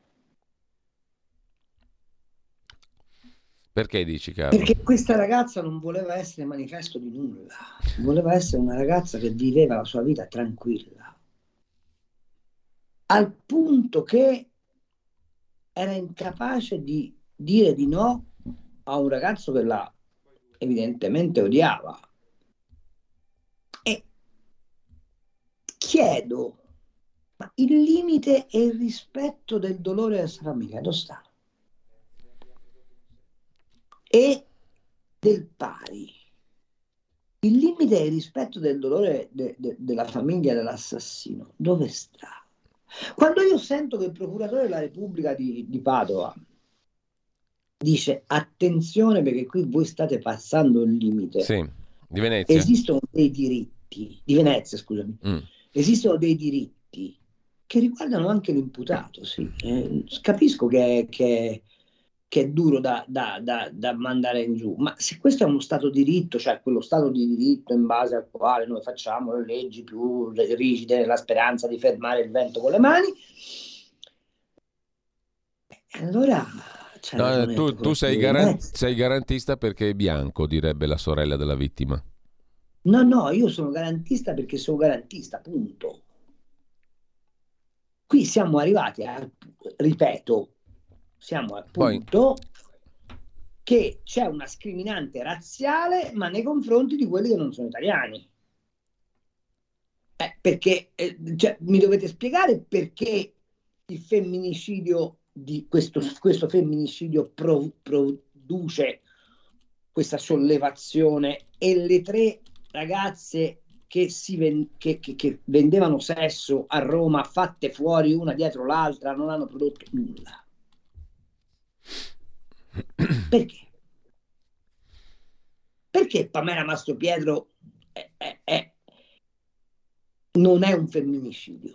Perché dici, Carlo? Perché questa ragazza non voleva essere manifesto di nulla, voleva essere una ragazza che viveva la sua vita tranquilla, al punto che era incapace di dire di no a un ragazzo che la evidentemente odiava. E chiedo, ma il limite e il rispetto del dolore della sua famiglia dove sta? E del pari, il limite e il rispetto del dolore della famiglia dell'assassino dove sta? Quando io sento che il procuratore della Repubblica di Padova dice attenzione perché qui voi state passando il limite, sì, di Venezia. Esistono dei diritti di Venezia, scusami, esistono dei diritti che riguardano anche l'imputato, sì. Capisco che è duro da mandare in giù, ma se questo è uno stato di diritto, cioè quello stato di diritto in base al quale noi facciamo le leggi più rigide nella speranza di fermare il vento con le mani, allora tu sei garantista perché è bianco, direbbe la sorella della vittima. No, io sono garantista perché sono garantista, punto. Qui siamo arrivati ripeto, siamo al punto che c'è una scriminante razziale, ma nei confronti di quelli che non sono italiani. Perché mi dovete spiegare perché il femminicidio di questo femminicidio produce questa sollevazione e le 3 ragazze che vendevano sesso a Roma, fatte fuori una dietro l'altra, non hanno prodotto nulla. Perché? Perché Pamela Mastropietro non è un femminicidio?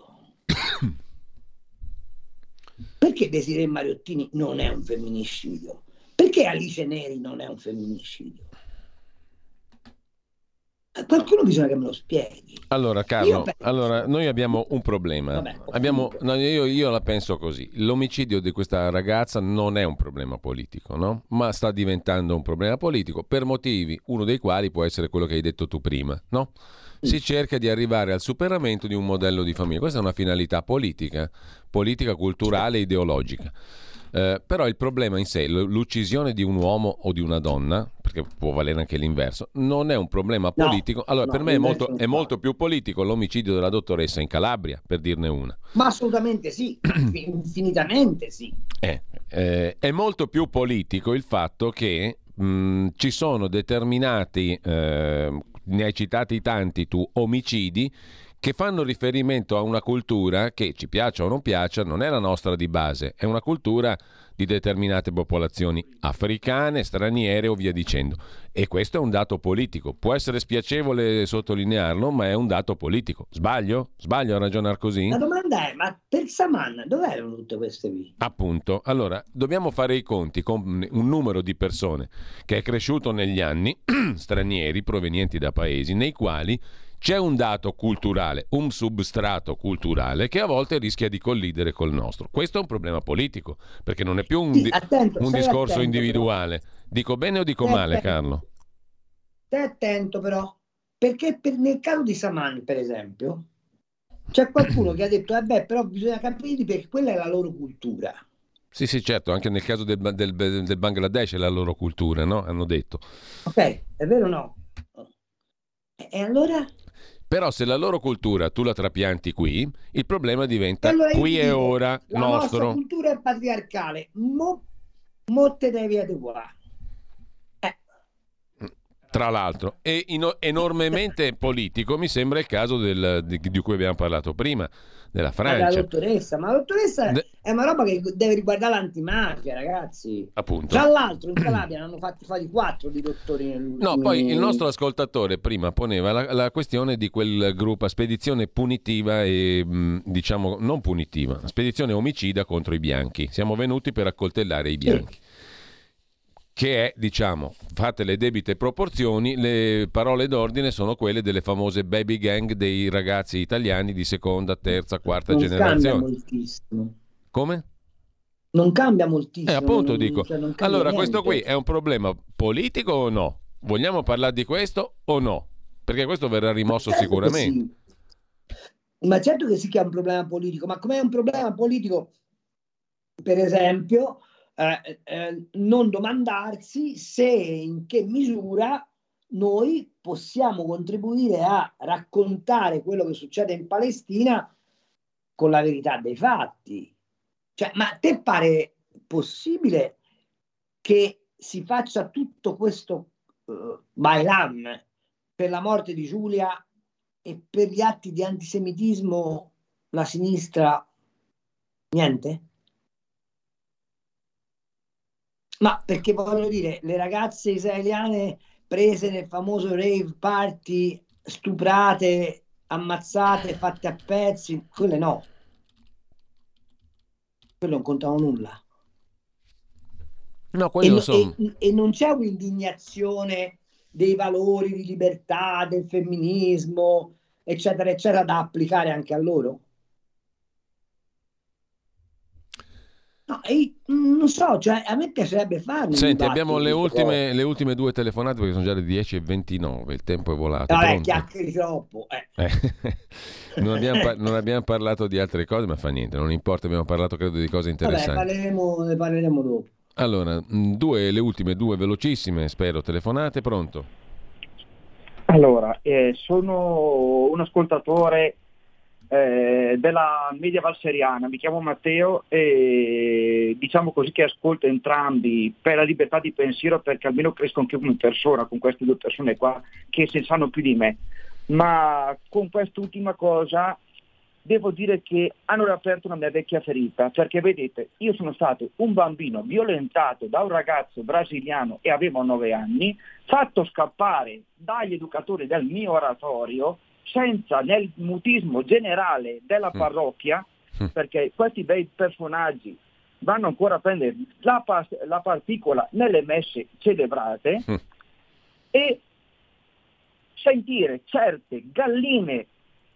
Perché Desirée Mariottini non è un femminicidio? Perché Alice Neri non è un femminicidio? Qualcuno bisogna che me lo spieghi. Allora Carlo, noi abbiamo un problema. Io la penso così. L'omicidio di questa ragazza non è un problema politico, no? Ma sta diventando un problema politico per motivi, uno dei quali può essere quello che hai detto tu prima, no? Si cerca di arrivare al superamento di un modello di famiglia. Questa è una finalità politica, culturale, ideologica. Però il problema in sé, l'uccisione di un uomo o di una donna, perché può valere anche l'inverso, non è un problema politico. Per me è molto più politico l'omicidio della dottoressa in Calabria, per dirne una. Ma assolutamente sì, infinitamente sì. È molto più politico il fatto che ci sono determinati, ne hai citati tanti tu, omicidi che fanno riferimento a una cultura che, ci piaccia o non piaccia, non è la nostra di base, è una cultura di determinate popolazioni africane, straniere o via dicendo. E questo è un dato politico. Può essere spiacevole sottolinearlo, ma è un dato politico. Sbaglio? Sbaglio a ragionare così? La domanda è, ma per Saman dove erano tutte queste vie? Appunto. Allora, dobbiamo fare i conti con un numero di persone che è cresciuto negli anni, stranieri provenienti da paesi nei quali c'è un dato culturale, un substrato culturale che a volte rischia di collidere col nostro. Questo è un problema politico, perché non è più un discorso individuale. Però. Dico bene o dico male, Carlo? Stai attento però, perché nel caso di Saman, per esempio, c'è qualcuno che ha detto, però bisogna capire perché quella è la loro cultura. Sì, certo, anche nel caso del Bangladesh è la loro cultura, no? Hanno detto. Ok, è vero o no? E allora? Però se la loro cultura tu la trapianti qui, il problema diventa allora qui e ora la nostro. La nostra cultura è patriarcale, mo te devi adeguare. Tra l'altro, e enormemente politico mi sembra il caso di cui abbiamo parlato prima, della Francia. Ma la dottoressa è una roba che deve riguardare l'antimafia, ragazzi. Appunto. Tra l'altro in Calabria ne hanno fatti 4 di dottori. No, poi il nostro ascoltatore prima poneva la questione di quel gruppo, spedizione punitiva e diciamo non punitiva, spedizione omicida contro i bianchi. Siamo venuti per accoltellare i bianchi. Sì. Che è, diciamo, fatte le debite proporzioni, le parole d'ordine sono quelle delle famose baby gang dei ragazzi italiani di seconda, terza, quarta generazione. Non cambia moltissimo. Come? Non cambia moltissimo. Appunto dico. Allora, niente. Questo qui è un problema politico o no? Vogliamo parlare di questo o no? Perché questo verrà rimosso sicuramente. Sì. Ma certo che sì che è un problema politico, ma com'è un problema politico, per esempio... non domandarsi se in che misura noi possiamo contribuire a raccontare quello che succede in Palestina con la verità dei fatti. Cioè, ma te pare possibile che si faccia tutto questo bailam per la morte di Giulia e per gli atti di antisemitismo la sinistra niente? Ma perché voglio dire, le ragazze israeliane prese nel famoso rave party, stuprate, ammazzate, fatte a pezzi, quelle no. Quelle non contano nulla. No, e non c'è un'indignazione dei valori di libertà, del femminismo, eccetera, eccetera, da applicare anche a loro? No, non so, cioè a me piacerebbe farlo. Senti, abbiamo le ultime 2 telefonate perché sono già le 10:29, il tempo è volato. Vabbè, chiacchieri troppo. Non abbiamo parlato di altre cose, ma fa niente, non importa, abbiamo parlato credo di cose interessanti. Ne parleremo dopo. Allora, le ultime 2 velocissime, spero, telefonate, pronto? Allora, sono un ascoltatore della media valseriana, mi chiamo Matteo e diciamo così che ascolto entrambi per la libertà di pensiero, perché almeno cresco anche come persona con queste 2 persone qua che se sanno più di me, ma con quest'ultima cosa devo dire che hanno riaperto una mia vecchia ferita, perché vedete, io sono stato un bambino violentato da un ragazzo brasiliano e avevo 9 anni, fatto scappare dagli educatori del mio oratorio senza nel mutismo generale della parrocchia, perché questi bei personaggi vanno ancora a prendere la particola nelle messe celebrate e sentire certe galline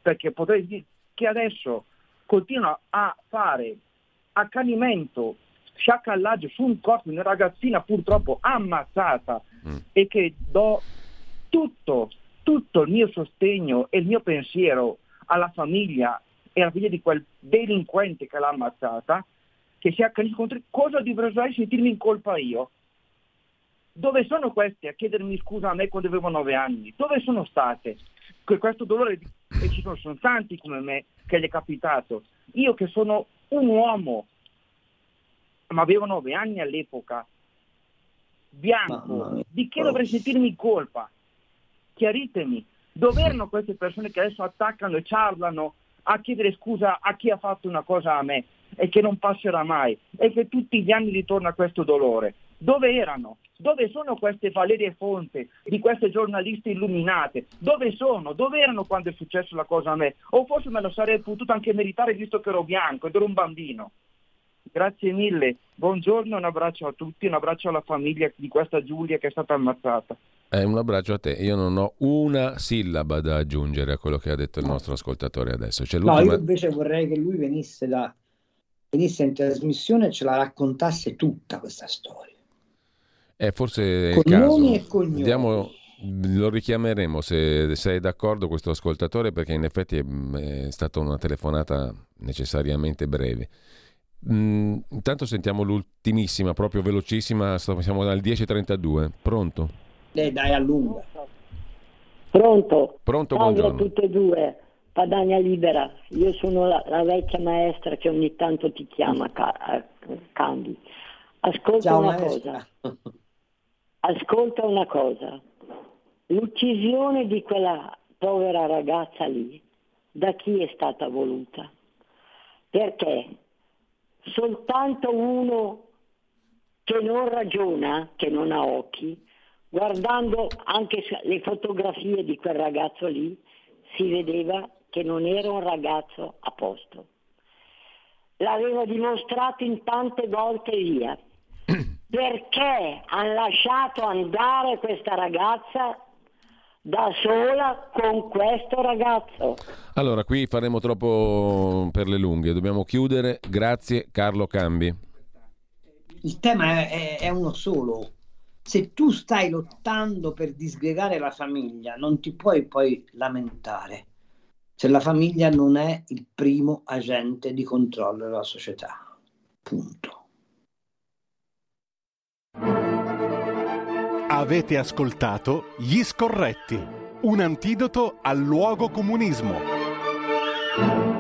perché potrei dire che adesso continua a fare accanimento, sciacallaggio su un corpo di una ragazzina purtroppo ammazzata, e che do tutto il mio sostegno e il mio pensiero alla famiglia e alla figlia di quel delinquente che l'ha ammazzata, che si accanisce contro. Cosa dovrei sentirmi in colpa io? Dove sono questi a chiedermi scusa a me quando avevo 9 anni? Dove sono state? Questo dolore, e ci sono tanti come me che gli è capitato. Io che sono un uomo, ma avevo 9 anni all'epoca, bianco, di che dovrei sentirmi in colpa? Chiaritemi, dove erano queste persone che adesso attaccano e ciarlano a chiedere scusa a chi ha fatto una cosa a me e che non passerà mai, e che tutti gli anni ritorna questo dolore? Dove erano? Dove sono queste Valerie Fonte, di queste giornaliste illuminate? Dove sono? Dove erano quando è successo la cosa a me? O forse me lo sarei potuto anche meritare visto che ero bianco ed ero un bambino. Grazie mille, buongiorno, un abbraccio a tutti, un abbraccio alla famiglia di questa Giulia che è stata ammazzata. Un abbraccio a te. Io non ho una sillaba da aggiungere a quello che ha detto il nostro ascoltatore adesso. No, io invece vorrei che lui venisse in trasmissione e ce la raccontasse tutta questa storia. Forse è il caso. Nomi e cognomi. Lo richiameremo se sei d'accordo questo ascoltatore, perché in effetti è stata una telefonata necessariamente breve. Intanto sentiamo l'ultimissima, proprio velocissima, siamo al 10:32. Pronto? Dai, allunga. Pronto, buongiorno. a tutte e due. Padania Libera, io sono la vecchia maestra che ogni tanto ti chiama, Cambi. Ascolta una cosa. L'uccisione di quella povera ragazza lì, da chi è stata voluta? Perché soltanto uno che non ragiona, che non ha occhi, guardando anche le fotografie di quel ragazzo lì, si vedeva che non era un ragazzo a posto. L'aveva dimostrato in tante volte via. Perché hanno lasciato andare questa ragazza da sola con questo ragazzo? Allora, qui faremo troppo per le lunghe, dobbiamo chiudere. Grazie Carlo Cambi. Il tema è uno solo. Se tu stai lottando per disgregare la famiglia, non ti puoi poi lamentare se la famiglia non è il primo agente di controllo della società. Punto. Avete ascoltato Gli Scorretti, un antidoto al luogo comunismo.